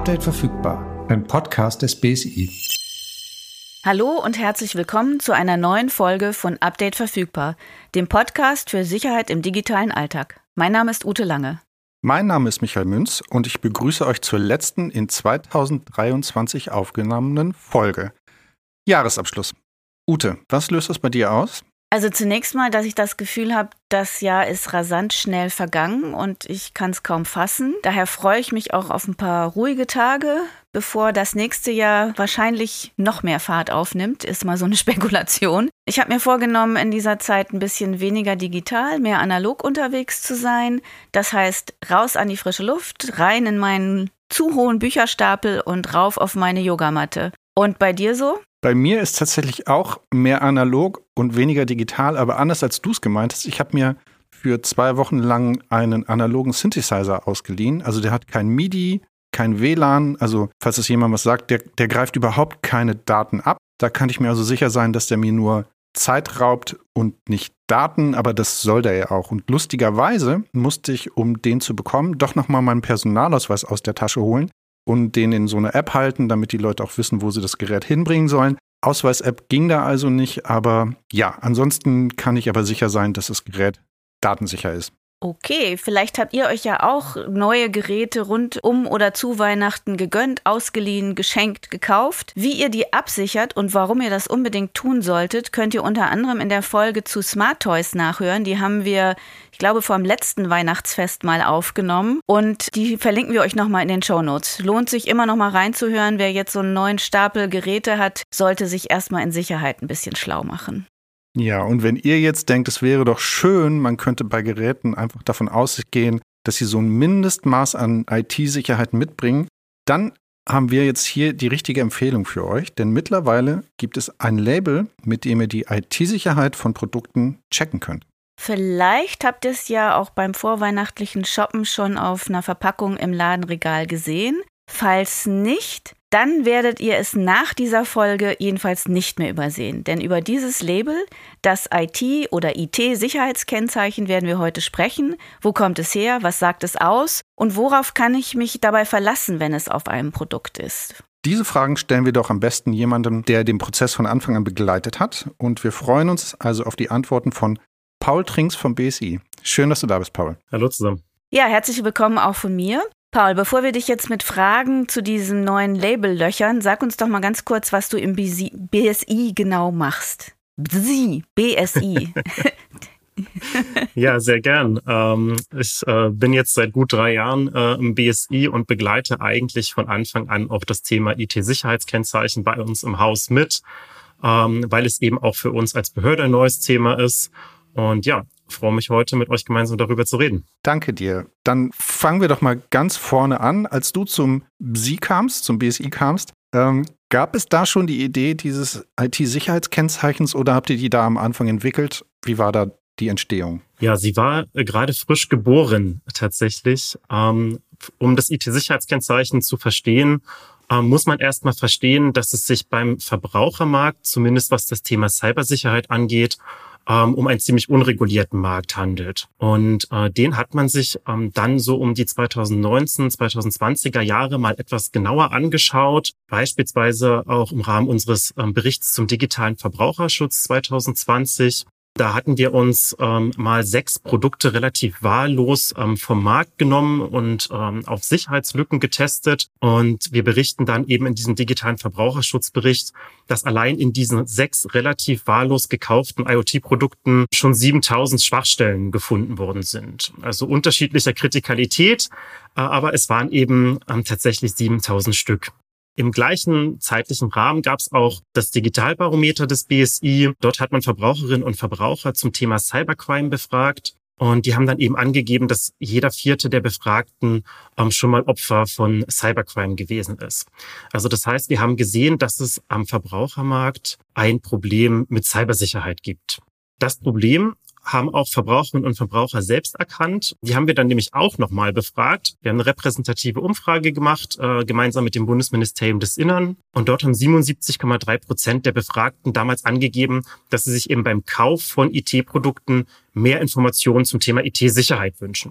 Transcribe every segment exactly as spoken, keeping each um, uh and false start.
Update verfügbar, ein Podcast des B S I. Hallo und herzlich willkommen zu einer neuen Folge von Update verfügbar, dem Podcast für Sicherheit im digitalen Alltag. Mein Name ist Ute Lange. Mein Name ist Michael Münz und ich begrüße euch zur letzten in zweitausenddreiundzwanzig aufgenommenen Folge. Jahresabschluss. Ute, was löst das bei dir aus? Also zunächst mal, dass ich das Gefühl habe, das Jahr ist rasant schnell vergangen und ich kann es kaum fassen. Daher freue ich mich auch auf ein paar ruhige Tage, bevor das nächste Jahr wahrscheinlich noch mehr Fahrt aufnimmt, ist mal so eine Spekulation. Ich habe mir vorgenommen, in dieser Zeit ein bisschen weniger digital, mehr analog unterwegs zu sein. Das heißt, raus an die frische Luft, rein in meinen zu hohen Bücherstapel und rauf auf meine Yogamatte. Und bei dir so? Bei mir ist tatsächlich auch mehr analog und weniger digital, aber anders als du es gemeint hast. Ich habe mir für zwei Wochen lang einen analogen Synthesizer ausgeliehen. Also der hat kein MIDI, kein W L A N. Also falls es jemand was sagt, der, der greift überhaupt keine Daten ab. Da kann ich mir also sicher sein, dass der mir nur Zeit raubt und nicht Daten, aber das soll der ja auch. Und lustigerweise musste ich, um den zu bekommen, doch nochmal meinen Personalausweis aus der Tasche holen und den in so einer App halten, damit die Leute auch wissen, wo sie das Gerät hinbringen sollen. Ausweis-App ging da also nicht, aber ja, ansonsten kann ich aber sicher sein, dass das Gerät datensicher ist. Okay, vielleicht habt ihr euch ja auch neue Geräte rund um oder zu Weihnachten gegönnt, ausgeliehen, geschenkt, gekauft. Wie ihr die absichert und warum ihr das unbedingt tun solltet, könnt ihr unter anderem in der Folge zu Smart Toys nachhören. Die haben wir, ich glaube, vor dem letzten Weihnachtsfest mal aufgenommen und die verlinken wir euch nochmal in den Shownotes. Lohnt sich immer noch mal reinzuhören. Wer jetzt so einen neuen Stapel Geräte hat, sollte sich erstmal in Sicherheit ein bisschen schlau machen. Ja, und wenn ihr jetzt denkt, es wäre doch schön, man könnte bei Geräten einfach davon ausgehen, dass sie so ein Mindestmaß an I T-Sicherheit mitbringen, dann haben wir jetzt hier die richtige Empfehlung für euch, denn mittlerweile gibt es ein Label, mit dem ihr die I T-Sicherheit von Produkten checken könnt. Vielleicht habt ihr es ja auch beim vorweihnachtlichen Shoppen schon auf einer Verpackung im Ladenregal gesehen. Falls nicht, dann werdet ihr es nach dieser Folge jedenfalls nicht mehr übersehen. Denn über dieses Label, das I T- oder I T-Sicherheitskennzeichen, werden wir heute sprechen. Wo kommt es her? Was sagt es aus? Und worauf kann ich mich dabei verlassen, wenn es auf einem Produkt ist? Diese Fragen stellen wir doch am besten jemandem, der den Prozess von Anfang an begleitet hat. Und wir freuen uns also auf die Antworten von Paul Trinks vom B S I. Schön, dass du da bist, Paul. Hallo zusammen. Ja, herzlich willkommen auch von mir. Paul, bevor wir dich jetzt mit Fragen zu diesem neuen Label löchern, sag uns doch mal ganz kurz, was du im B S I genau machst. B S I. Ja, sehr gern. Ähm, ich äh, bin jetzt seit gut drei Jahren äh, im B S I und begleite eigentlich von Anfang an auch das Thema I T-Sicherheitskennzeichen bei uns im Haus mit, ähm, weil es eben auch für uns als Behörde ein neues Thema ist. Und ja, freue mich heute mit euch gemeinsam darüber zu reden. Danke dir. Dann fangen wir doch mal ganz vorne an. Als du zum B S I kamst, zum B S I kamst, ähm, gab es da schon die Idee dieses I T-Sicherheitskennzeichens oder habt ihr die da am Anfang entwickelt? Wie war da die Entstehung? Ja, sie war äh, gerade frisch geboren tatsächlich. Ähm, um das I T-Sicherheitskennzeichen zu verstehen, ähm, muss man erstmal verstehen, dass es sich beim Verbrauchermarkt, zumindest was das Thema Cybersicherheit angeht, ähm, um einen ziemlich unregulierten Markt handelt. Und äh, den hat man sich ähm, dann so um die zweitausendneunzehn, zweitausendzwanziger Jahre mal etwas genauer angeschaut, beispielsweise auch im Rahmen unseres ähm, Berichts zum digitalen Verbraucherschutz zweitausendzwanzig. Da hatten wir uns ähm, mal sechs Produkte relativ wahllos ähm, vom Markt genommen und ähm, auf Sicherheitslücken getestet. Und wir berichten dann eben in diesem digitalen Verbraucherschutzbericht, dass allein in diesen sechs relativ wahllos gekauften IoT-Produkten schon siebentausend Schwachstellen gefunden worden sind. Also unterschiedlicher Kritikalität, äh, aber es waren eben ähm, tatsächlich siebentausend Stück. Im gleichen zeitlichen Rahmen gab es auch das Digitalbarometer des B S I. Dort hat man Verbraucherinnen und Verbraucher zum Thema Cybercrime befragt. Und die haben dann eben angegeben, dass jeder Vierte der Befragten ähm, schon mal Opfer von Cybercrime gewesen ist. Also das heißt, wir haben gesehen, dass es am Verbrauchermarkt ein Problem mit Cybersicherheit gibt. Das Problem haben auch Verbraucherinnen und Verbraucher selbst erkannt. Die haben wir dann nämlich auch nochmal befragt. Wir haben eine repräsentative Umfrage gemacht, äh, gemeinsam mit dem Bundesministerium des Innern. Und dort haben siebenundsiebzig Komma drei Prozent der Befragten damals angegeben, dass sie sich eben beim Kauf von I T-Produkten mehr Informationen zum Thema I T-Sicherheit wünschen.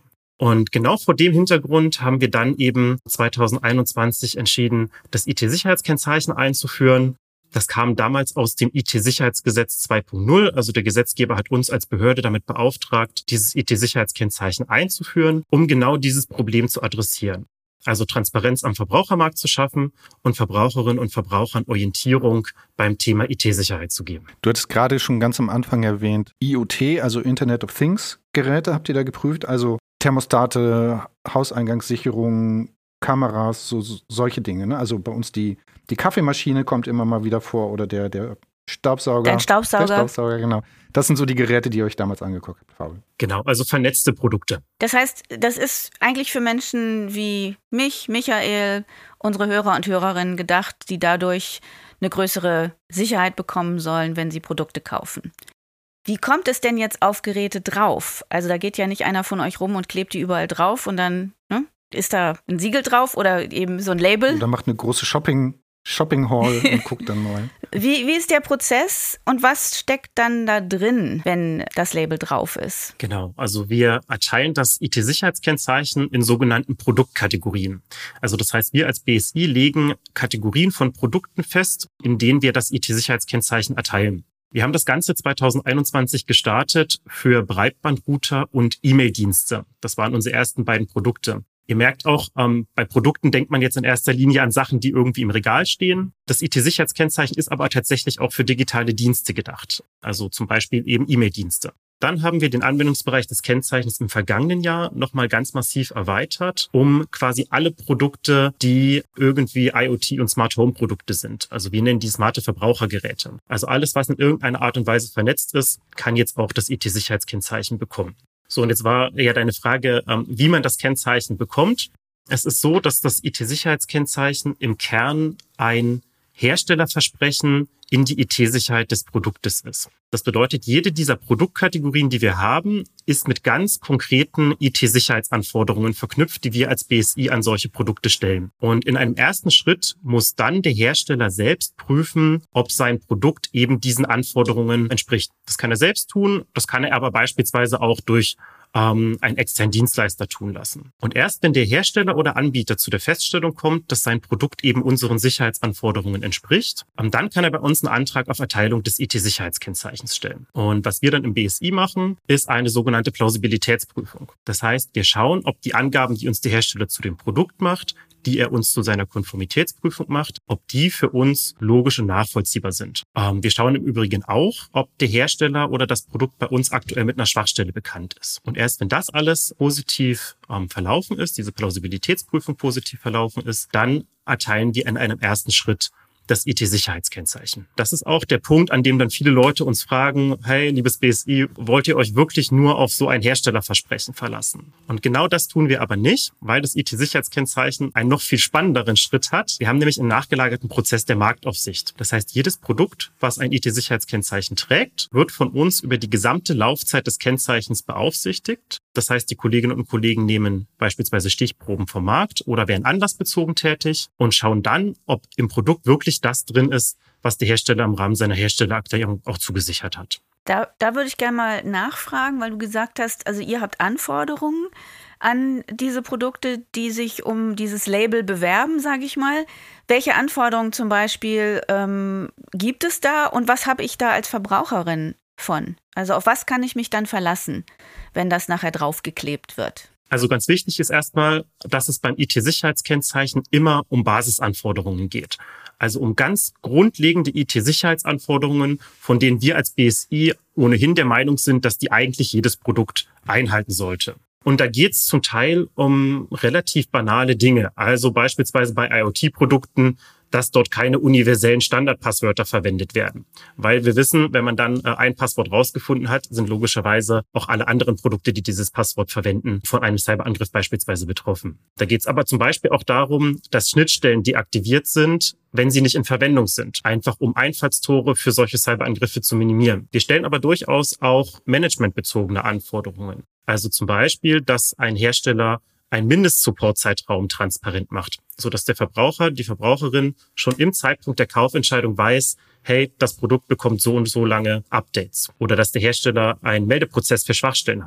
Und genau vor dem Hintergrund haben wir dann eben zwanzig einundzwanzig entschieden, das I T-Sicherheitskennzeichen einzuführen. Das kam damals aus dem I T-Sicherheitsgesetz zwei Punkt null. Also der Gesetzgeber hat uns als Behörde damit beauftragt, dieses I T-Sicherheitskennzeichen einzuführen, um genau dieses Problem zu adressieren. Also Transparenz am Verbrauchermarkt zu schaffen und Verbraucherinnen und Verbrauchern Orientierung beim Thema I T-Sicherheit zu geben. Du hattest gerade schon ganz am Anfang erwähnt, I O T, also Internet of Things Geräte habt ihr da geprüft, also Thermostate, Hauseinggangssicherung, Kameras, so, so solche Dinge. Ne? Also bei uns die, die Kaffeemaschine kommt immer mal wieder vor oder der, der Staubsauger. Der Staubsauger. Der Staubsauger, genau. Das sind so die Geräte, die ihr euch damals angeguckt habt, Fabel. Genau, also vernetzte Produkte. Das heißt, das ist eigentlich für Menschen wie mich, Michael, unsere Hörer und Hörerinnen gedacht, die dadurch eine größere Sicherheit bekommen sollen, wenn sie Produkte kaufen. Wie kommt es denn jetzt auf Geräte drauf? Also da geht ja nicht einer von euch rum und klebt die überall drauf und dann ne, ist da ein Siegel drauf oder eben so ein Label. Oder macht eine große Shopping Shopping Hall und guckt dann mal. Wie, wie ist der Prozess und was steckt dann da drin, wenn das Label drauf ist? Genau, also wir erteilen das I T-Sicherheitskennzeichen in sogenannten Produktkategorien. Also das heißt, wir als B S I legen Kategorien von Produkten fest, in denen wir das I T-Sicherheitskennzeichen erteilen. Wir haben das Ganze zwanzig einundzwanzig gestartet für Breitbandrouter und E-Mail-Dienste. Das waren unsere ersten beiden Produkte. Ihr merkt auch, ähm, bei Produkten denkt man jetzt in erster Linie an Sachen, die irgendwie im Regal stehen. Das I T-Sicherheitskennzeichen ist aber tatsächlich auch für digitale Dienste gedacht. Also zum Beispiel eben E-Mail-Dienste. Dann haben wir den Anwendungsbereich des Kennzeichens im vergangenen Jahr nochmal ganz massiv erweitert, um quasi alle Produkte, die irgendwie IoT- und Smart-Home-Produkte sind. Also wir nennen die smarte Verbrauchergeräte. Also alles, was in irgendeiner Art und Weise vernetzt ist, kann jetzt auch das I T-Sicherheitskennzeichen bekommen. So, und jetzt war ja deine Frage, wie man das Kennzeichen bekommt. Es ist so, dass das I T-Sicherheitskennzeichen im Kern ein Herstellerversprechen in die I T-Sicherheit des Produktes ist. Das bedeutet, jede dieser Produktkategorien, die wir haben, ist mit ganz konkreten I T-Sicherheitsanforderungen verknüpft, die wir als B S I an solche Produkte stellen. Und in einem ersten Schritt muss dann der Hersteller selbst prüfen, ob sein Produkt eben diesen Anforderungen entspricht. Das kann er selbst tun, das kann er aber beispielsweise auch durch ähm, einen externen Dienstleister tun lassen. Und erst wenn der Hersteller oder Anbieter zu der Feststellung kommt, dass sein Produkt eben unseren Sicherheitsanforderungen entspricht, ähm, dann kann er bei uns einen Antrag auf Erteilung des I T-Sicherheitskennzeichens stellen. Und was wir dann im B S I machen, ist eine sogenannte Plausibilitätsprüfung. Das heißt, wir schauen, ob die Angaben, die uns der Hersteller zu dem Produkt macht, die er uns zu seiner Konformitätsprüfung macht, ob die für uns logisch und nachvollziehbar sind. Ähm, wir schauen im Übrigen auch, ob der Hersteller oder das Produkt bei uns aktuell mit einer Schwachstelle bekannt ist. Und erst wenn das alles positiv ähm, verlaufen ist, diese Plausibilitätsprüfung positiv verlaufen ist, dann erteilen wir in einem ersten Schritt das I T-Sicherheitskennzeichen. Das ist auch der Punkt, an dem dann viele Leute uns fragen, hey, liebes B S I, wollt ihr euch wirklich nur auf so ein Herstellerversprechen verlassen? Und genau das tun wir aber nicht, weil das I T-Sicherheitskennzeichen einen noch viel spannenderen Schritt hat. Wir haben nämlich einen nachgelagerten Prozess der Marktaufsicht. Das heißt, jedes Produkt, was ein I T-Sicherheitskennzeichen trägt, wird von uns über die gesamte Laufzeit des Kennzeichens beaufsichtigt. Das heißt, die Kolleginnen und Kollegen nehmen beispielsweise Stichproben vom Markt oder werden anlassbezogen tätig und schauen dann, ob im Produkt wirklich das drin ist, was der Hersteller im Rahmen seiner Herstellererklärung auch zugesichert hat. Da, da würde ich gerne mal nachfragen, weil du gesagt hast, also ihr habt Anforderungen an diese Produkte, die sich um dieses Label bewerben, sage ich mal. Welche Anforderungen zum Beispiel ähm, gibt es da und was habe ich da als Verbraucherin von? Also auf was kann ich mich dann verlassen, wenn das nachher draufgeklebt wird? Also ganz wichtig ist erstmal, dass es beim I T-Sicherheitskennzeichen immer um Basisanforderungen geht. Also um ganz grundlegende I T-Sicherheitsanforderungen, von denen wir als B S I ohnehin der Meinung sind, dass die eigentlich jedes Produkt einhalten sollte. Und da geht es zum Teil um relativ banale Dinge. Also beispielsweise bei IoT-Produkten, dass dort keine universellen Standardpasswörter verwendet werden. Weil wir wissen, wenn man dann äh, ein Passwort rausgefunden hat, sind logischerweise auch alle anderen Produkte, die dieses Passwort verwenden, von einem Cyberangriff beispielsweise betroffen. Da geht es aber zum Beispiel auch darum, dass Schnittstellen deaktiviert sind, wenn sie nicht in Verwendung sind. Einfach um Einfallstore für solche Cyberangriffe zu minimieren. Wir stellen aber durchaus auch managementbezogene Anforderungen. Also zum Beispiel, dass ein Hersteller einen Mindestsupportzeitraum transparent macht, sodass der Verbraucher, die Verbraucherin schon im Zeitpunkt der Kaufentscheidung weiß, hey, das Produkt bekommt so und so lange Updates. Oder dass der Hersteller einen Meldeprozess für Schwachstellen hat.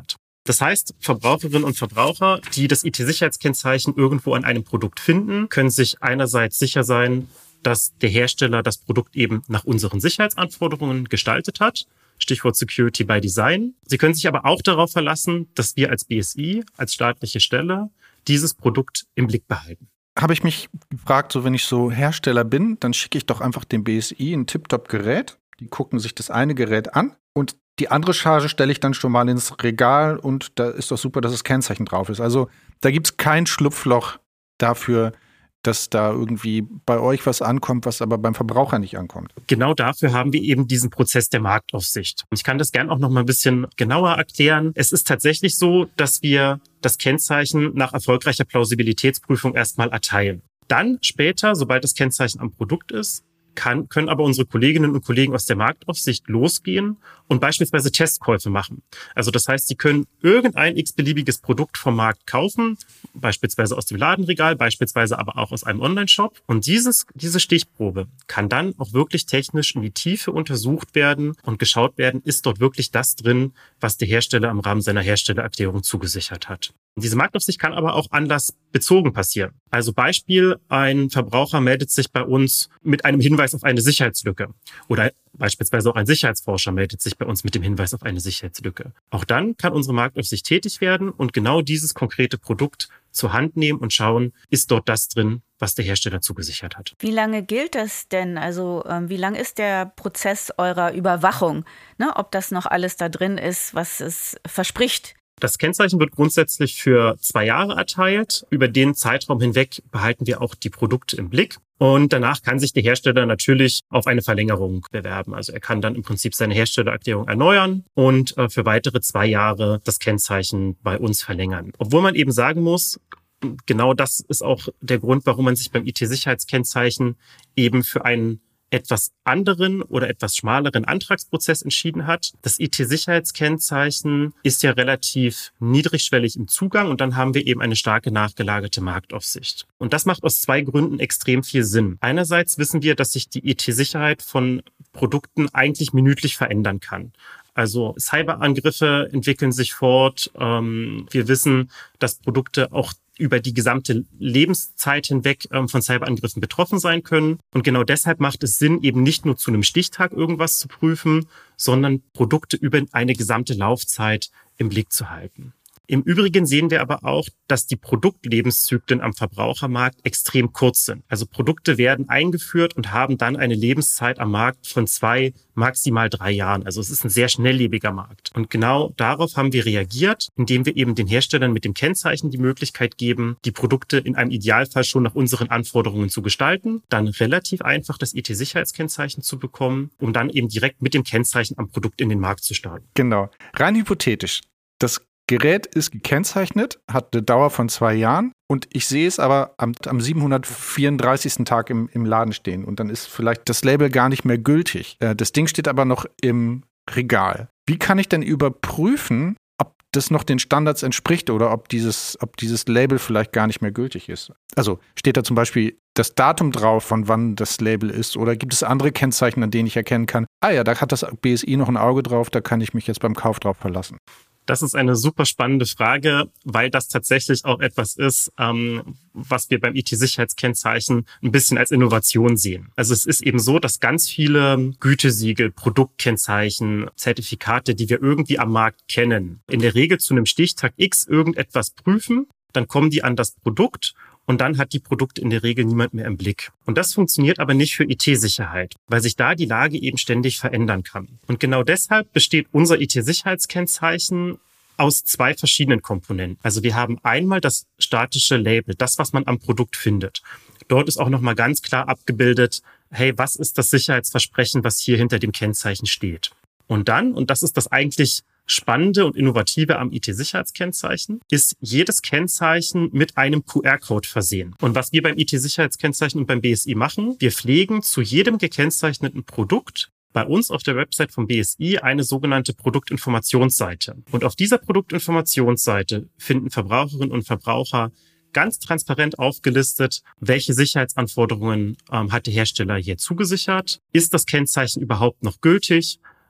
Das heißt, Verbraucherinnen und Verbraucher, die das I T-Sicherheitskennzeichen irgendwo an einem Produkt finden, können sich einerseits sicher sein, dass der Hersteller das Produkt eben nach unseren Sicherheitsanforderungen gestaltet hat. Stichwort Security by Design. Sie können sich aber auch darauf verlassen, dass wir als B S I, als staatliche Stelle, dieses Produkt im Blick behalten. Habe ich mich gefragt, so wenn ich so Hersteller bin, dann schicke ich doch einfach dem B S I ein Tip-Top-Gerät. Die gucken sich das eine Gerät an und die andere Charge stelle ich dann schon mal ins Regal und da ist doch super, dass das Kennzeichen drauf ist. Also da gibt es kein Schlupfloch dafür, dass da irgendwie bei euch was ankommt, was aber beim Verbraucher nicht ankommt. Genau dafür haben wir eben diesen Prozess der Marktaufsicht. Und ich kann das gern auch noch mal ein bisschen genauer erklären. Es ist tatsächlich so, dass wir das Kennzeichen nach erfolgreicher Plausibilitätsprüfung erstmal erteilen. Dann später, sobald das Kennzeichen am Produkt ist, Kann, können aber unsere Kolleginnen und Kollegen aus der Marktaufsicht losgehen und beispielsweise Testkäufe machen. Also das heißt, sie können irgendein x-beliebiges Produkt vom Markt kaufen, beispielsweise aus dem Ladenregal, beispielsweise aber auch aus einem Online-Shop. Und dieses, diese Stichprobe kann dann auch wirklich technisch in die Tiefe untersucht werden und geschaut werden, ist dort wirklich das drin, was der Hersteller im Rahmen seiner Herstellererklärung zugesichert hat. Und diese Marktaufsicht kann aber auch anlassbezogen passieren. Also Beispiel, ein Verbraucher meldet sich bei uns mit einem Hinweis auf eine Sicherheitslücke. Oder beispielsweise auch ein Sicherheitsforscher meldet sich bei uns mit dem Hinweis auf eine Sicherheitslücke. Auch dann kann unsere Marktaufsicht tätig werden und genau dieses konkrete Produkt zur Hand nehmen und schauen, ist dort das drin, was der Hersteller zugesichert hat. Wie lange gilt das denn? Also ähm, wie lang ist der Prozess eurer Überwachung? Ne? Ob das noch alles da drin ist, was es verspricht? Das Kennzeichen wird grundsätzlich für zwei Jahre erteilt. Über den Zeitraum hinweg behalten wir auch die Produkte im Blick. Und danach kann sich der Hersteller natürlich auf eine Verlängerung bewerben. Also er kann dann im Prinzip seine Herstellererklärung erneuern und für weitere zwei Jahre das Kennzeichen bei uns verlängern. Obwohl man eben sagen muss, genau das ist auch der Grund, warum man sich beim I T-Sicherheitskennzeichen eben für einen etwas anderen oder etwas schmaleren Antragsprozess entschieden hat. Das I T-Sicherheitskennzeichen ist ja relativ niedrigschwellig im Zugang und dann haben wir eben eine starke nachgelagerte Marktaufsicht. Und das macht aus zwei Gründen extrem viel Sinn. Einerseits wissen wir, dass sich die I T-Sicherheit von Produkten eigentlich minütlich verändern kann. Also Cyberangriffe entwickeln sich fort. Ähm, wir wissen, dass Produkte auch über die gesamte Lebenszeit hinweg ähm, von Cyberangriffen betroffen sein können. Und genau deshalb macht es Sinn, eben nicht nur zu einem Stichtag irgendwas zu prüfen, sondern Produkte über eine gesamte Laufzeit im Blick zu halten. Im Übrigen sehen wir aber auch, dass die Produktlebenszyklen am Verbrauchermarkt extrem kurz sind. Also Produkte werden eingeführt und haben dann eine Lebenszeit am Markt von zwei, maximal drei Jahren. Also es ist ein sehr schnelllebiger Markt. Und genau darauf haben wir reagiert, indem wir eben den Herstellern mit dem Kennzeichen die Möglichkeit geben, die Produkte in einem Idealfall schon nach unseren Anforderungen zu gestalten, dann relativ einfach das I T-Sicherheitskennzeichen zu bekommen, um dann eben direkt mit dem Kennzeichen am Produkt in den Markt zu starten. Genau. Rein hypothetisch. Das Gerät ist gekennzeichnet, hat eine Dauer von zwei Jahren und ich sehe es aber am, am siebenhundertvierunddreißigsten Tag im, im Laden stehen und dann ist vielleicht das Label gar nicht mehr gültig. Äh, das Ding steht aber noch im Regal. Wie kann ich denn überprüfen, ob das noch den Standards entspricht oder ob dieses, ob dieses Label vielleicht gar nicht mehr gültig ist? Also steht da zum Beispiel das Datum drauf, von wann das Label ist, oder gibt es andere Kennzeichen, an denen ich erkennen kann, ah ja, da hat das B S I noch ein Auge drauf, da kann ich mich jetzt beim Kauf drauf verlassen? Das ist eine super spannende Frage, weil das tatsächlich auch etwas ist, ähm, was wir beim I T-Sicherheitskennzeichen ein bisschen als Innovation sehen. Also es ist eben so, dass ganz viele Gütesiegel, Produktkennzeichen, Zertifikate, die wir irgendwie am Markt kennen, in der Regel zu einem Stichtag X irgendetwas prüfen, dann kommen die an das Produkt und dann hat die Produkte in der Regel niemand mehr im Blick. Und das funktioniert aber nicht für I T-Sicherheit, weil sich da die Lage eben ständig verändern kann. Und genau deshalb besteht unser I T-Sicherheitskennzeichen aus zwei verschiedenen Komponenten. Also wir haben einmal das statische Label, das, was man am Produkt findet. Dort ist auch nochmal ganz klar abgebildet, hey, was ist das Sicherheitsversprechen, was hier hinter dem Kennzeichen steht? Und dann, und das ist das eigentlich Spannende und Innovative am I T-Sicherheitskennzeichen, ist jedes Kennzeichen mit einem Q R-Code versehen. Und was wir beim I T-Sicherheitskennzeichen und beim B S I machen, wir pflegen zu jedem gekennzeichneten Produkt bei uns auf der Website vom B S I eine sogenannte Produktinformationsseite. Und auf dieser Produktinformationsseite finden Verbraucherinnen und Verbraucher ganz transparent aufgelistet, welche Sicherheitsanforderungen ähm, hat der Hersteller hier zugesichert. Ist das Kennzeichen überhaupt noch gültig?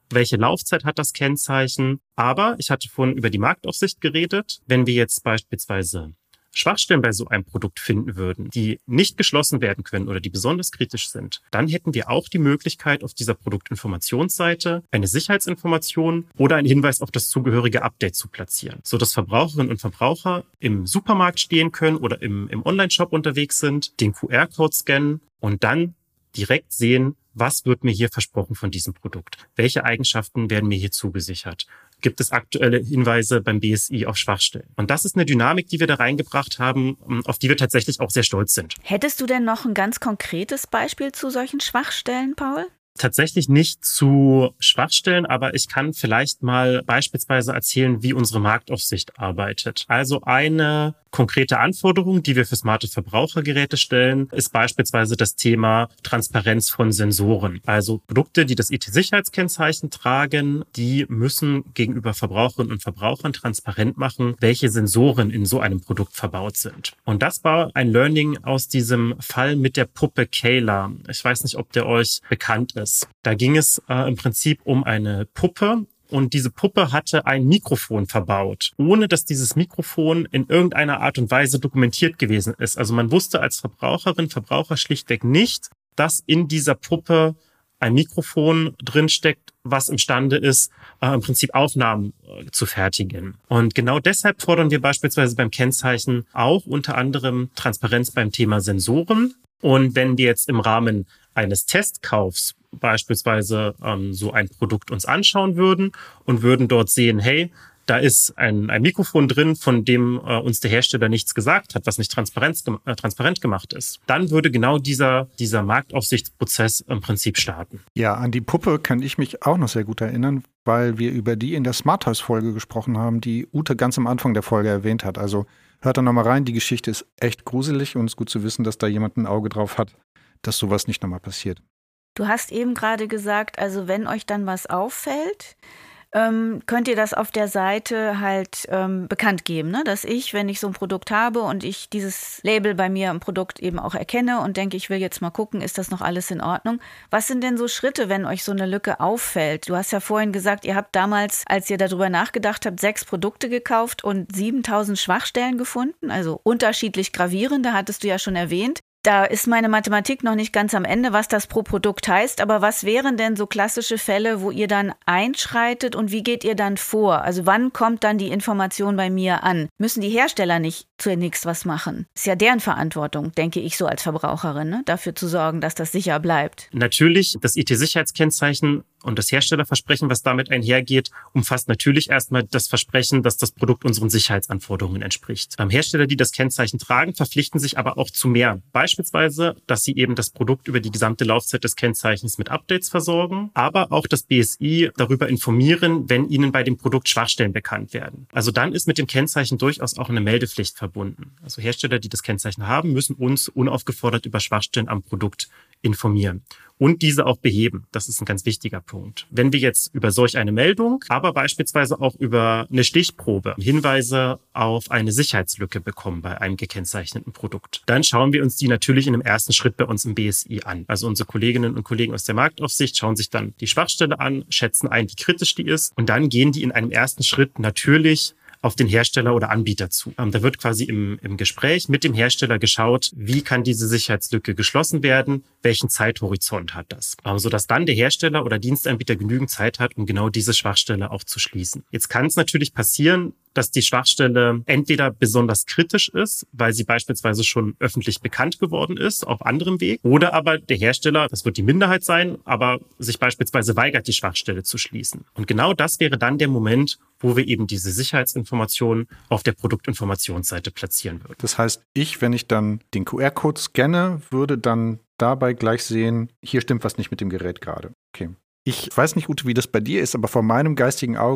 welche Laufzeit hat das Kennzeichen. Aber ich hatte vorhin über die Marktaufsicht geredet. Wenn wir jetzt beispielsweise Schwachstellen bei so einem Produkt finden würden, die nicht geschlossen werden können oder die besonders kritisch sind, dann hätten wir auch die Möglichkeit, auf dieser Produktinformationsseite eine Sicherheitsinformation oder einen Hinweis auf das zugehörige Update zu platzieren, sodass Verbraucherinnen und Verbraucher im Supermarkt stehen können oder im, im Online-Shop unterwegs sind, den Q R-Code scannen und dann direkt sehen, was wird mir hier versprochen von diesem Produkt? Welche Eigenschaften werden mir hier zugesichert? Gibt es aktuelle Hinweise beim B S I auf Schwachstellen? Und das ist eine Dynamik, die wir da reingebracht haben, auf die wir tatsächlich auch sehr stolz sind. Hättest du denn noch ein ganz konkretes Beispiel zu solchen Schwachstellen, Paul? Tatsächlich nicht zu Schwachstellen, aber ich kann vielleicht mal beispielsweise erzählen, wie unsere Marktaufsicht arbeitet. Also eine konkrete Anforderung, die wir für smarte Verbrauchergeräte stellen, ist beispielsweise das Thema Transparenz von Sensoren. Also Produkte, die das I T-Sicherheitskennzeichen tragen, die müssen gegenüber Verbraucherinnen und Verbrauchern transparent machen, welche Sensoren in so einem Produkt verbaut sind. Und das war ein Learning aus diesem Fall mit der Puppe Kayla. Ich weiß nicht, ob der euch bekannt ist. Da ging es äh, im Prinzip um eine Puppe, und diese Puppe hatte ein Mikrofon verbaut, ohne dass dieses Mikrofon in irgendeiner Art und Weise dokumentiert gewesen ist. Also man wusste als Verbraucherin, Verbraucher schlichtweg nicht, dass in dieser Puppe ein Mikrofon drinsteckt, was imstande ist, äh, im Prinzip Aufnahmen äh, zu fertigen. Und genau deshalb fordern wir beispielsweise beim Kennzeichen auch unter anderem Transparenz beim Thema Sensoren. Und wenn wir jetzt im Rahmen eines Testkaufs beispielsweise ähm, so ein Produkt uns anschauen würden und würden dort sehen, hey, da ist ein, ein Mikrofon drin, von dem äh, uns der Hersteller nichts gesagt hat, was nicht transparent, äh, transparent gemacht ist, dann würde genau dieser, dieser Marktaufsichtsprozess im Prinzip starten. Ja, an die Puppe kann ich mich auch noch sehr gut erinnern, weil wir über die in der Smart Toys-Folge gesprochen haben, die Ute ganz am Anfang der Folge erwähnt hat. Also hört da nochmal rein, die Geschichte ist echt gruselig und es ist gut zu wissen, dass da jemand ein Auge drauf hat, dass sowas nicht nochmal passiert. Du hast eben gerade gesagt, also wenn euch dann was auffällt, ähm, könnt ihr das auf der Seite halt ähm, bekannt geben, ne? Dass ich, wenn ich so ein Produkt habe und ich dieses Label bei mir im Produkt eben auch erkenne und denke, ich will jetzt mal gucken, ist das noch alles in Ordnung? Was sind denn so Schritte, wenn euch so eine Lücke auffällt? Du hast ja vorhin gesagt, ihr habt damals, als ihr darüber nachgedacht habt, sechs Produkte gekauft und siebentausend Schwachstellen gefunden, also unterschiedlich gravierende, hattest du ja schon erwähnt. Da ist meine Mathematik noch nicht ganz am Ende, was das pro Produkt heißt. Aber was wären denn so klassische Fälle, wo ihr dann einschreitet und wie geht ihr dann vor? Also wann kommt dann die Information bei mir an? Müssen die Hersteller nicht zunächst was machen? Ist ja deren Verantwortung, denke ich so als Verbraucherin, ne? Dafür zu sorgen, dass das sicher bleibt. Natürlich, das I T-Sicherheitskennzeichen und das Herstellerversprechen, was damit einhergeht, umfasst natürlich erstmal das Versprechen, dass das Produkt unseren Sicherheitsanforderungen entspricht. Beim Hersteller, die das Kennzeichen tragen, verpflichten sich aber auch zu mehr. Beispielsweise, dass sie eben das Produkt über die gesamte Laufzeit des Kennzeichens mit Updates versorgen, aber auch das B S I darüber informieren, wenn ihnen bei dem Produkt Schwachstellen bekannt werden. Also dann ist mit dem Kennzeichen durchaus auch eine Meldepflicht verbunden. Also Hersteller, die das Kennzeichen haben, müssen uns unaufgefordert über Schwachstellen am Produkt informieren und diese auch beheben. Das ist ein ganz wichtiger Punkt. Wenn wir jetzt über solch eine Meldung, aber beispielsweise auch über eine Stichprobe Hinweise auf eine Sicherheitslücke bekommen bei einem gekennzeichneten Produkt, dann schauen wir uns die natürlich in einem ersten Schritt bei uns im B S I an. Also unsere Kolleginnen und Kollegen aus der Marktaufsicht schauen sich dann die Schwachstelle an, schätzen ein, wie kritisch die ist und dann gehen die in einem ersten Schritt natürlich auf den Hersteller oder Anbieter zu. Ähm, da wird quasi im, im Gespräch mit dem Hersteller geschaut, wie kann diese Sicherheitslücke geschlossen werden, welchen Zeithorizont hat das, ähm, sodass dann der Hersteller oder Dienstanbieter genügend Zeit hat, um genau diese Schwachstelle auch zu schließen. Jetzt kann es natürlich passieren, dass die Schwachstelle entweder besonders kritisch ist, weil sie beispielsweise schon öffentlich bekannt geworden ist, auf anderem Weg, oder aber der Hersteller, das wird die Minderheit sein, aber sich beispielsweise weigert, die Schwachstelle zu schließen. Und genau das wäre dann der Moment, wo wir eben diese Sicherheitsinformationen auf der Produktinformationsseite platzieren würden. Das heißt, ich, wenn ich dann den Q R-Code scanne, würde dann dabei gleich sehen, hier stimmt was nicht mit dem Gerät gerade. Okay. Ich weiß nicht, Ute, wie das bei dir ist, aber vor meinem geistigen Auge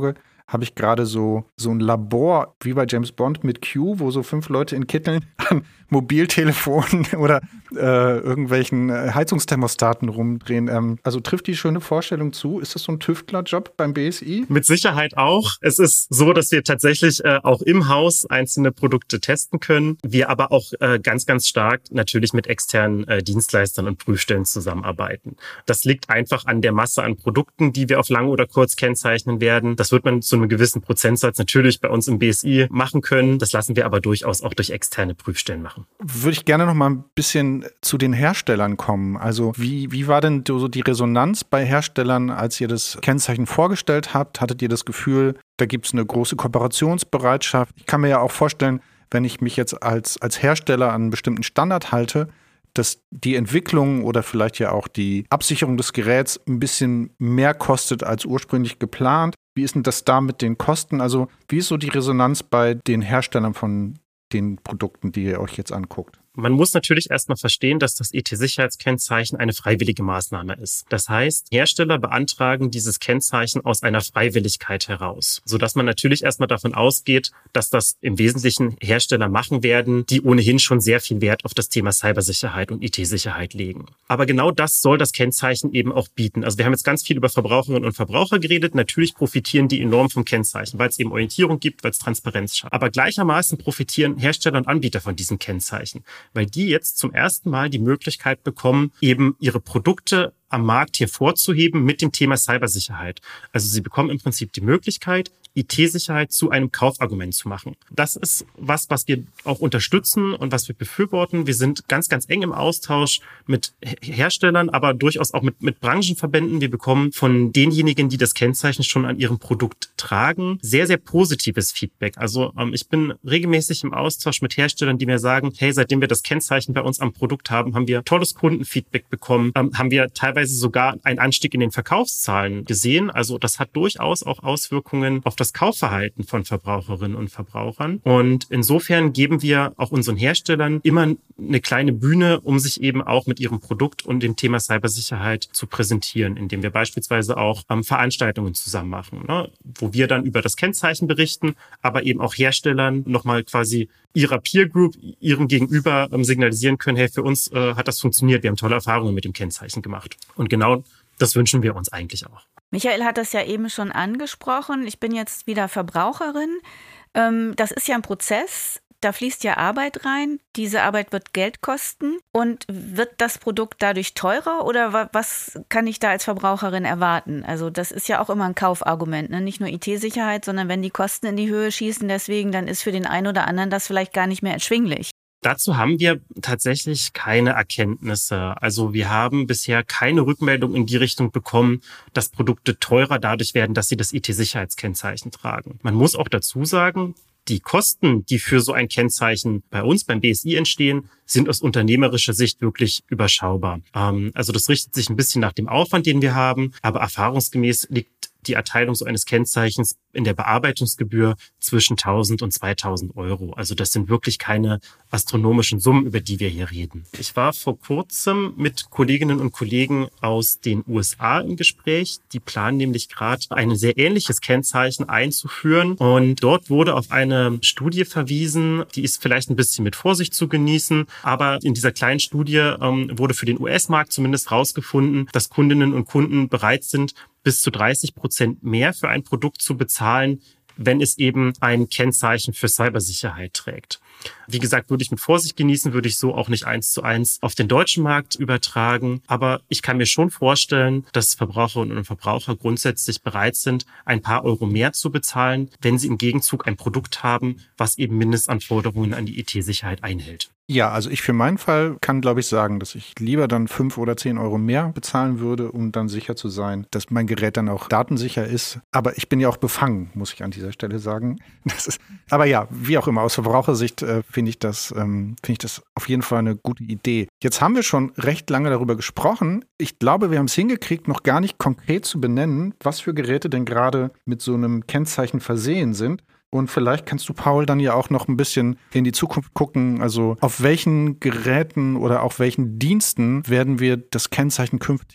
habe ich gerade so, so ein Labor wie bei James Bond mit Q, wo so fünf Leute in Kitteln an Mobiltelefonen oder äh, irgendwelchen Heizungsthermostaten rumdrehen. Ähm, also trifft die schöne Vorstellung zu? Ist das so ein Tüftlerjob beim B S I? Mit Sicherheit auch. Es ist so, dass wir tatsächlich äh, auch im Haus einzelne Produkte testen können. Wir aber auch äh, ganz, ganz stark natürlich mit externen äh, Dienstleistern und Prüfstellen zusammenarbeiten. Das liegt einfach an der Masse an Produkten, die wir auf lang oder kurz kennzeichnen werden. Das wird man zu einem gewissen Prozentsatz natürlich bei uns im B S I machen können. Das lassen wir aber durchaus auch durch externe Prüfstellen machen. Würde ich gerne noch mal ein bisschen zu den Herstellern kommen. Also wie, wie war denn so die Resonanz bei Herstellern, als ihr das Kennzeichen vorgestellt habt? Hattet ihr das Gefühl, da gibt es eine große Kooperationsbereitschaft? Ich kann mir ja auch vorstellen, wenn ich mich jetzt als, als Hersteller an einen bestimmten Standard halte, dass die Entwicklung oder vielleicht ja auch die Absicherung des Geräts ein bisschen mehr kostet als ursprünglich geplant. Wie ist denn das da mit den Kosten? Also wie ist so die Resonanz bei den Herstellern von den Produkten, die ihr euch jetzt anguckt? Man muss natürlich erstmal verstehen, dass das I T-Sicherheitskennzeichen eine freiwillige Maßnahme ist. Das heißt, Hersteller beantragen dieses Kennzeichen aus einer Freiwilligkeit heraus, sodass man natürlich erstmal davon ausgeht, dass das im Wesentlichen Hersteller machen werden, die ohnehin schon sehr viel Wert auf das Thema Cybersicherheit und I T-Sicherheit legen. Aber genau das soll das Kennzeichen eben auch bieten. Also wir haben jetzt ganz viel über Verbraucherinnen und Verbraucher geredet. Natürlich profitieren die enorm vom Kennzeichen, weil es eben Orientierung gibt, weil es Transparenz schafft. Aber gleichermaßen profitieren Hersteller und Anbieter von diesem Kennzeichen, weil die jetzt zum ersten Mal die Möglichkeit bekommen, eben ihre Produkte am Markt hier vorzuheben mit dem Thema Cybersicherheit. Also sie bekommen im Prinzip die Möglichkeit, I T-Sicherheit zu einem Kaufargument zu machen. Das ist was, was wir auch unterstützen und was wir befürworten. Wir sind ganz, ganz eng im Austausch mit Herstellern, aber durchaus auch mit, mit Branchenverbänden. Wir bekommen von denjenigen, die das Kennzeichen schon an ihrem Produkt tragen, sehr, sehr positives Feedback. Also ähm, ich bin regelmäßig im Austausch mit Herstellern, die mir sagen, hey, seitdem wir das Kennzeichen bei uns am Produkt haben, haben wir tolles Kundenfeedback bekommen, ähm, haben wir teilweise sogar einen Anstieg in den Verkaufszahlen gesehen. Also das hat durchaus auch Auswirkungen auf das Kaufverhalten von Verbraucherinnen und Verbrauchern. Und insofern geben wir auch unseren Herstellern immer eine kleine Bühne, um sich eben auch mit ihrem Produkt und dem Thema Cybersicherheit zu präsentieren, indem wir beispielsweise auch ähm, Veranstaltungen zusammen machen, ne, wo wir dann über das Kennzeichen berichten, aber eben auch Herstellern nochmal quasi ihrer Peer Group, ihrem Gegenüber ähm, signalisieren können, hey, für uns äh, hat das funktioniert, wir haben tolle Erfahrungen mit dem Kennzeichen gemacht. Und genau das wünschen wir uns eigentlich auch. Michael hat das ja eben schon angesprochen. Ich bin jetzt wieder Verbraucherin. Ähm, das ist ja ein Prozess. Da fließt ja Arbeit rein. Diese Arbeit wird Geld kosten. Und wird das Produkt dadurch teurer oder was kann ich da als Verbraucherin erwarten? Also das ist ja auch immer ein Kaufargument, ne? Nicht nur I T-Sicherheit, sondern wenn die Kosten in die Höhe schießen, deswegen, dann ist für den einen oder anderen das vielleicht gar nicht mehr erschwinglich. Dazu haben wir tatsächlich keine Erkenntnisse. Also wir haben bisher keine Rückmeldung in die Richtung bekommen, dass Produkte teurer dadurch werden, dass sie das I T-Sicherheitskennzeichen tragen. Man muss auch dazu sagen, die Kosten, die für so ein Kennzeichen bei uns beim B S I entstehen, sind aus unternehmerischer Sicht wirklich überschaubar. Ähm, also das richtet sich ein bisschen nach dem Aufwand, den wir haben, aber erfahrungsgemäß liegt die Erteilung so eines Kennzeichens in der Bearbeitungsgebühr zwischen tausend und zweitausend Euro. Also das sind wirklich keine astronomischen Summen, über die wir hier reden. Ich war vor kurzem mit Kolleginnen und Kollegen aus den U S A im Gespräch. Die planen nämlich gerade ein sehr ähnliches Kennzeichen einzuführen. Und dort wurde auf eine Studie verwiesen, die ist vielleicht ein bisschen mit Vorsicht zu genießen. Aber in dieser kleinen Studie ähm, wurde für den U S-Markt zumindest rausgefunden, dass Kundinnen und Kunden bereit sind, bis zu dreißig Prozent mehr für ein Produkt zu bezahlen, wenn es eben ein Kennzeichen für Cybersicherheit trägt. Wie gesagt, würde ich mit Vorsicht genießen, würde ich so auch nicht eins zu eins auf den deutschen Markt übertragen. Aber ich kann mir schon vorstellen, dass Verbraucherinnen und Verbraucher grundsätzlich bereit sind, ein paar Euro mehr zu bezahlen, wenn sie im Gegenzug ein Produkt haben, was eben Mindestanforderungen an die I T-Sicherheit einhält. Ja, also ich für meinen Fall kann, glaube ich, sagen, dass ich lieber dann fünf oder zehn Euro mehr bezahlen würde, um dann sicher zu sein, dass mein Gerät dann auch datensicher ist. Aber ich bin ja auch befangen, muss ich an dieser Stelle sagen. Das ist, aber ja, wie auch immer, aus Verbrauchersicht äh, finde ich das, ähm, finde ich das auf jeden Fall eine gute Idee. Jetzt haben wir schon recht lange darüber gesprochen. Ich glaube, wir haben es hingekriegt, noch gar nicht konkret zu benennen, was für Geräte denn gerade mit so einem Kennzeichen versehen sind. Und vielleicht kannst du, Paul, dann ja auch noch ein bisschen in die Zukunft gucken. Also auf welchen Geräten oder auf welchen Diensten werden wir das Kennzeichen künftig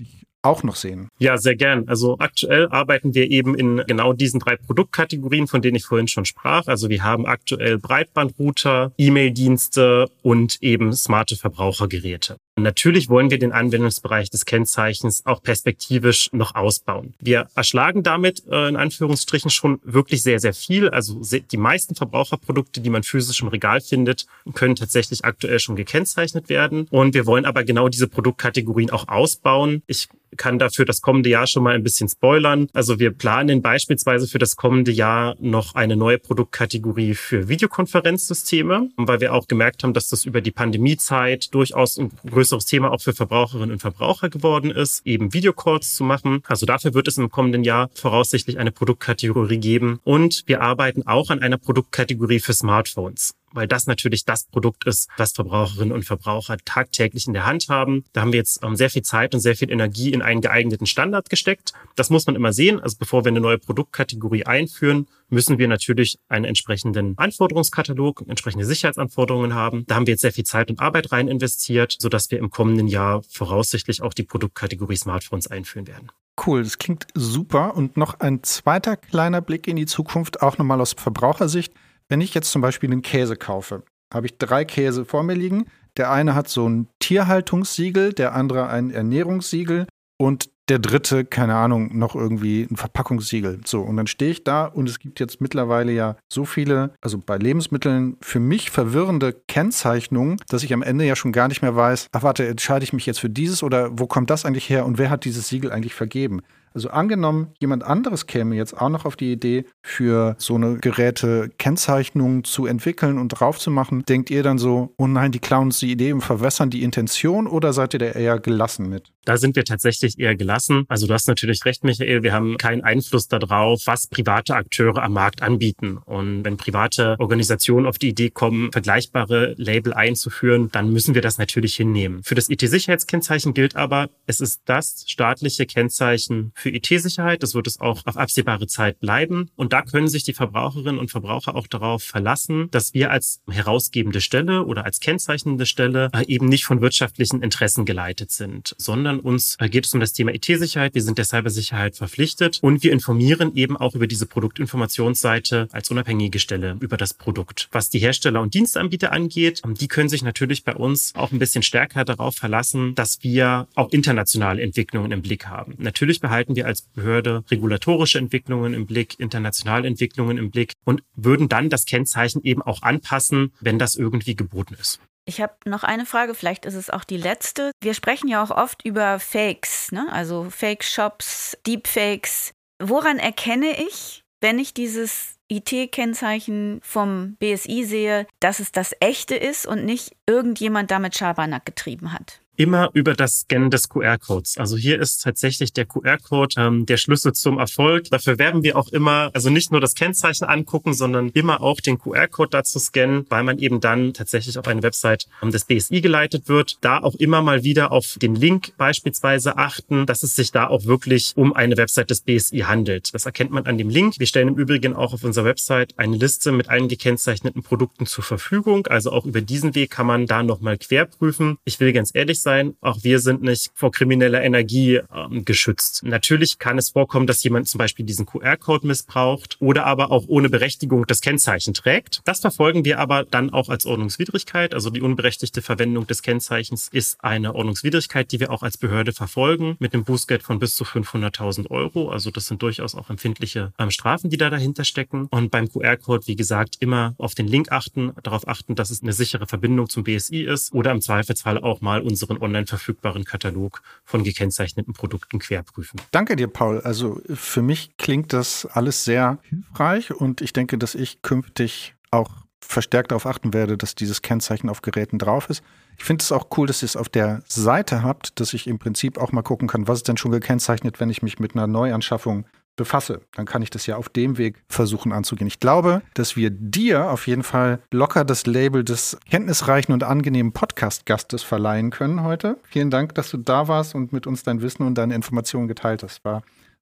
auch noch sehen? Ja, sehr gern. Also aktuell arbeiten wir eben in genau diesen drei Produktkategorien, von denen ich vorhin schon sprach. Also wir haben aktuell Breitbandrouter, E-Mail-Dienste und eben smarte Verbrauchergeräte. Natürlich wollen wir den Anwendungsbereich des Kennzeichens auch perspektivisch noch ausbauen. Wir erschlagen damit äh, in Anführungsstrichen schon wirklich sehr, sehr viel. Also se- die meisten Verbraucherprodukte, die man physisch im Regal findet, können tatsächlich aktuell schon gekennzeichnet werden. Und wir wollen aber genau diese Produktkategorien auch ausbauen. Ich kann dafür das kommende Jahr schon mal ein bisschen spoilern. Also wir planen beispielsweise für das kommende Jahr noch eine neue Produktkategorie für Videokonferenzsysteme, weil wir auch gemerkt haben, dass das über die Pandemiezeit durchaus ein größeres Thema auch für Verbraucherinnen und Verbraucher geworden ist, eben Videocalls zu machen. Also dafür wird es im kommenden Jahr voraussichtlich eine Produktkategorie geben. Und wir arbeiten auch an einer Produktkategorie für Smartphones, weil das natürlich das Produkt ist, was Verbraucherinnen und Verbraucher tagtäglich in der Hand haben. Da haben wir jetzt ähm, sehr viel Zeit und sehr viel Energie in einen geeigneten Standard gesteckt. Das muss man immer sehen. Also bevor wir eine neue Produktkategorie einführen, müssen wir natürlich einen entsprechenden Anforderungskatalog, entsprechende Sicherheitsanforderungen haben. Da haben wir jetzt sehr viel Zeit und Arbeit rein investiert, sodass wir im kommenden Jahr voraussichtlich auch die Produktkategorie Smartphones einführen werden. Cool, das klingt super. Und noch ein zweiter kleiner Blick in die Zukunft, auch nochmal aus Verbrauchersicht. Wenn ich jetzt zum Beispiel einen Käse kaufe, habe ich drei Käse vor mir liegen. Der eine hat so ein Tierhaltungssiegel, der andere ein Ernährungssiegel und der dritte, keine Ahnung, noch irgendwie ein Verpackungssiegel. So, und dann stehe ich da und es gibt jetzt mittlerweile ja so viele, also bei Lebensmitteln für mich verwirrende Kennzeichnungen, dass ich am Ende ja schon gar nicht mehr weiß, ach warte, entscheide ich mich jetzt für dieses oder wo kommt das eigentlich her und wer hat dieses Siegel eigentlich vergeben? Also angenommen, jemand anderes käme jetzt auch noch auf die Idee, für so eine Geräte-Kennzeichnung zu entwickeln und drauf zu machen. Denkt ihr dann so, oh nein, die klauen uns die Idee und verwässern die Intention oder seid ihr da eher gelassen mit? Da sind wir tatsächlich eher gelassen. Also du hast natürlich recht, Michael, wir haben keinen Einfluss darauf, was private Akteure am Markt anbieten. Und wenn private Organisationen auf die Idee kommen, vergleichbare Label einzuführen, dann müssen wir das natürlich hinnehmen. Für das I T-Sicherheitskennzeichen gilt aber, es ist das staatliche Kennzeichen für I T-Sicherheit. Das wird es auch auf absehbare Zeit bleiben. Und da können sich die Verbraucherinnen und Verbraucher auch darauf verlassen, dass wir als herausgebende Stelle oder als kennzeichnende Stelle eben nicht von wirtschaftlichen Interessen geleitet sind, sondern uns geht es um das Thema I T-Sicherheit. Wir sind der Cybersicherheit verpflichtet und wir informieren eben auch über diese Produktinformationsseite als unabhängige Stelle über das Produkt. Was die Hersteller und Dienstanbieter angeht, die können sich natürlich bei uns auch ein bisschen stärker darauf verlassen, dass wir auch internationale Entwicklungen im Blick haben. Natürlich behalten wir als Behörde regulatorische Entwicklungen im Blick, internationale Entwicklungen im Blick und würden dann das Kennzeichen eben auch anpassen, wenn das irgendwie geboten ist. Ich habe noch eine Frage, vielleicht ist es auch die letzte. Wir sprechen ja auch oft über Fakes, ne? Also Fake-Shops, Deepfakes. Woran erkenne ich, wenn ich dieses I T-Kennzeichen vom B S I sehe, dass es das echte ist und nicht irgendjemand damit Schabernack getrieben hat? Immer über das Scannen des Q R-Codes. Also hier ist tatsächlich der Q R-Code ähm, der Schlüssel zum Erfolg. Dafür werben wir auch immer, also nicht nur das Kennzeichen angucken, sondern immer auch den Q R-Code dazu scannen, weil man eben dann tatsächlich auf eine Website ähm, des B S I geleitet wird. Da auch immer mal wieder auf den Link beispielsweise achten, dass es sich da auch wirklich um eine Website des B S I handelt. Das erkennt man an dem Link. Wir stellen im Übrigen auch auf unserer Website eine Liste mit allen gekennzeichneten Produkten zur Verfügung. Also auch über diesen Weg kann man da nochmal querprüfen. Ich will ganz ehrlich sein, auch wir sind nicht vor krimineller Energie ähm, geschützt. Natürlich kann es vorkommen, dass jemand zum Beispiel diesen Q R-Code missbraucht oder aber auch ohne Berechtigung das Kennzeichen trägt. Das verfolgen wir aber dann auch als Ordnungswidrigkeit. Also die unberechtigte Verwendung des Kennzeichens ist eine Ordnungswidrigkeit, die wir auch als Behörde verfolgen mit einem Bußgeld von bis zu fünfhunderttausend Euro. Also das sind durchaus auch empfindliche ähm, Strafen, die da dahinter stecken. Und beim Q R-Code, wie gesagt, immer auf den Link achten, darauf achten, dass es eine sichere Verbindung zum B S I ist oder im Zweifelsfall auch mal unseren online verfügbaren Katalog von gekennzeichneten Produkten querprüfen. Danke dir, Paul. Also für mich klingt das alles sehr hilfreich und ich denke, dass ich künftig auch verstärkt darauf achten werde, dass dieses Kennzeichen auf Geräten drauf ist. Ich finde es auch cool, dass ihr es auf der Seite habt, dass ich im Prinzip auch mal gucken kann, was ist denn schon gekennzeichnet, wenn ich mich mit einer Neuanschaffung befasse. Dann kann ich das ja auf dem Weg versuchen anzugehen. Ich glaube, dass wir dir auf jeden Fall locker das Label des kenntnisreichen und angenehmen Podcast-Gastes verleihen können heute. Vielen Dank, dass du da warst und mit uns dein Wissen und deine Informationen geteilt hast. War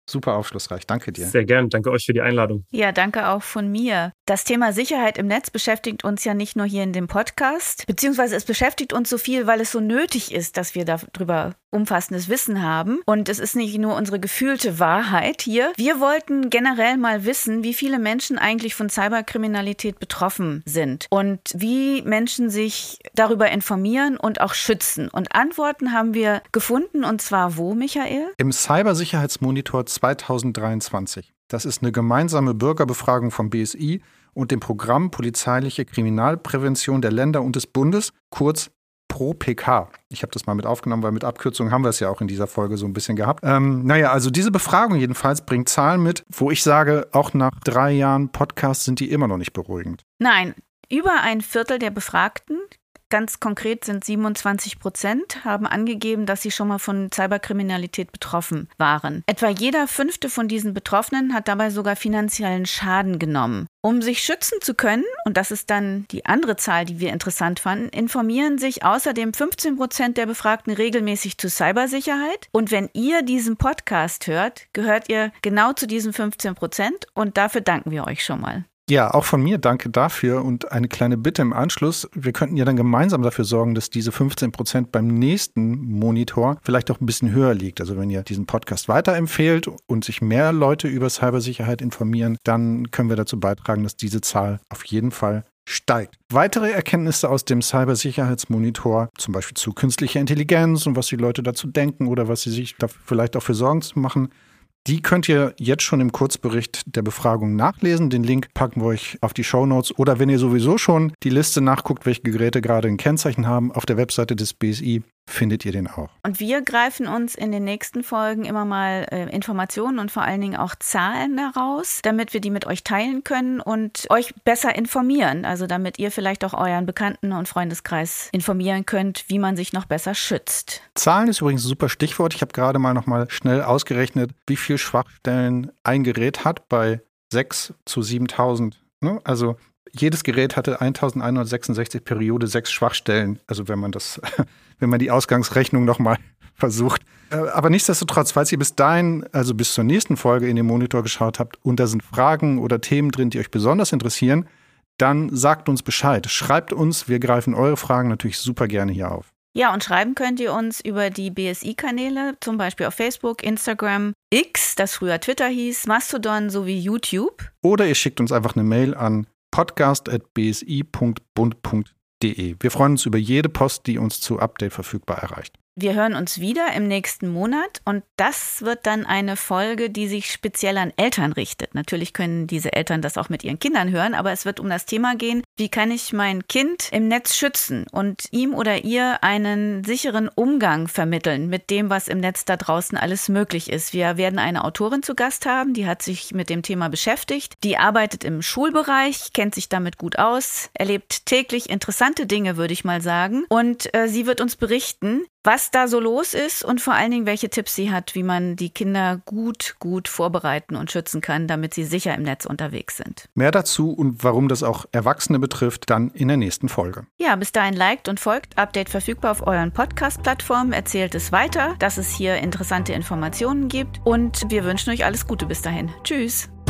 super aufschlussreich. Danke dir. Sehr gern. Danke euch für die Einladung. Ja, danke auch von mir. Das Thema Sicherheit im Netz beschäftigt uns ja nicht nur hier in dem Podcast, beziehungsweise es beschäftigt uns so viel, weil es so nötig ist, dass wir darüber umfassendes Wissen haben. Und es ist nicht nur unsere gefühlte Wahrheit hier. Wir wollten generell mal wissen, wie viele Menschen eigentlich von Cyberkriminalität betroffen sind und wie Menschen sich darüber informieren und auch schützen. Und Antworten haben wir gefunden, und zwar wo, Michael? Im Cybersicherheitsmonitor zwanzig dreiundzwanzig. Das ist eine gemeinsame Bürgerbefragung vom B S I und dem Programm Polizeiliche Kriminalprävention der Länder und des Bundes, kurz Pro P K. Ich habe das mal mit aufgenommen, weil mit Abkürzungen haben wir es ja auch in dieser Folge so ein bisschen gehabt. Ähm, naja, also diese Befragung jedenfalls bringt Zahlen mit, wo ich sage, auch nach drei Jahren Podcast sind die immer noch nicht beruhigend. Nein, über ein Viertel der Befragten, ganz konkret sind siebenundzwanzig Prozent, haben angegeben, dass sie schon mal von Cyberkriminalität betroffen waren. Etwa jeder fünfte von diesen Betroffenen hat dabei sogar finanziellen Schaden genommen. Um sich schützen zu können, und das ist dann die andere Zahl, die wir interessant fanden, informieren sich außerdem fünfzehn Prozent der Befragten regelmäßig zu Cybersicherheit. Und wenn ihr diesen Podcast hört, gehört ihr genau zu diesen fünfzehn Prozent und dafür danken wir euch schon mal. Ja, auch von mir danke dafür und eine kleine Bitte im Anschluss. Wir könnten ja dann gemeinsam dafür sorgen, dass diese fünfzehn Prozent beim nächsten Monitor vielleicht auch ein bisschen höher liegt. Also wenn ihr diesen Podcast weiterempfehlt und sich mehr Leute über Cybersicherheit informieren, dann können wir dazu beitragen, dass diese Zahl auf jeden Fall steigt. Weitere Erkenntnisse aus dem Cybersicherheitsmonitor, zum Beispiel zu künstlicher Intelligenz und was die Leute dazu denken oder was sie sich da vielleicht auch für Sorgen zu machen, die könnt ihr jetzt schon im Kurzbericht der Befragung nachlesen. Den Link packen wir euch auf die Shownotes. Oder wenn ihr sowieso schon die Liste nachguckt, welche Geräte gerade ein Kennzeichen haben, auf der Webseite des B S I findet ihr den auch. Und wir greifen uns in den nächsten Folgen immer mal äh, Informationen und vor allen Dingen auch Zahlen heraus, damit wir die mit euch teilen können und euch besser informieren. Also damit ihr vielleicht auch euren Bekannten- und Freundeskreis informieren könnt, wie man sich noch besser schützt. Zahlen ist übrigens ein super Stichwort. Ich habe gerade mal noch mal schnell ausgerechnet, wie viele Schwachstellen ein Gerät hat bei sechs zu siebentausend. Ne? Also jedes Gerät hatte eintausendeinhundertsechsundsechzig Periode sechs Schwachstellen. Also wenn man das, wenn man die Ausgangsrechnung nochmal versucht. Aber nichtsdestotrotz, falls ihr bis dahin, also bis zur nächsten Folge in den Monitor geschaut habt und da sind Fragen oder Themen drin, die euch besonders interessieren, dann sagt uns Bescheid. Schreibt uns, wir greifen eure Fragen natürlich super gerne hier auf. Ja, und schreiben könnt ihr uns über die B S I-Kanäle, zum Beispiel auf Facebook, Instagram, X, das früher Twitter hieß, Mastodon sowie YouTube. Oder ihr schickt uns einfach eine Mail an podcast at b s i punkt bund punkt d e. Wir freuen uns über jede Post, die uns zu Update verfügbar erreicht. Wir hören uns wieder im nächsten Monat und das wird dann eine Folge, die sich speziell an Eltern richtet. Natürlich können diese Eltern das auch mit ihren Kindern hören, aber es wird um das Thema gehen, wie kann ich mein Kind im Netz schützen und ihm oder ihr einen sicheren Umgang vermitteln mit dem, was im Netz da draußen alles möglich ist. Wir werden eine Autorin zu Gast haben, die hat sich mit dem Thema beschäftigt. Die arbeitet im Schulbereich, kennt sich damit gut aus, erlebt täglich interessante Dinge, würde ich mal sagen. Und äh, sie wird uns berichten, was da so los ist und vor allen Dingen, welche Tipps sie hat, wie man die Kinder gut, gut vorbereiten und schützen kann, damit sie sicher im Netz unterwegs sind. Mehr dazu und warum das auch Erwachsene betrifft, dann in der nächsten Folge. Ja, bis dahin liked und folgt. Update verfügbar auf euren Podcast-Plattformen. Erzählt es weiter, dass es hier interessante Informationen gibt und wir wünschen euch alles Gute bis dahin. Tschüss.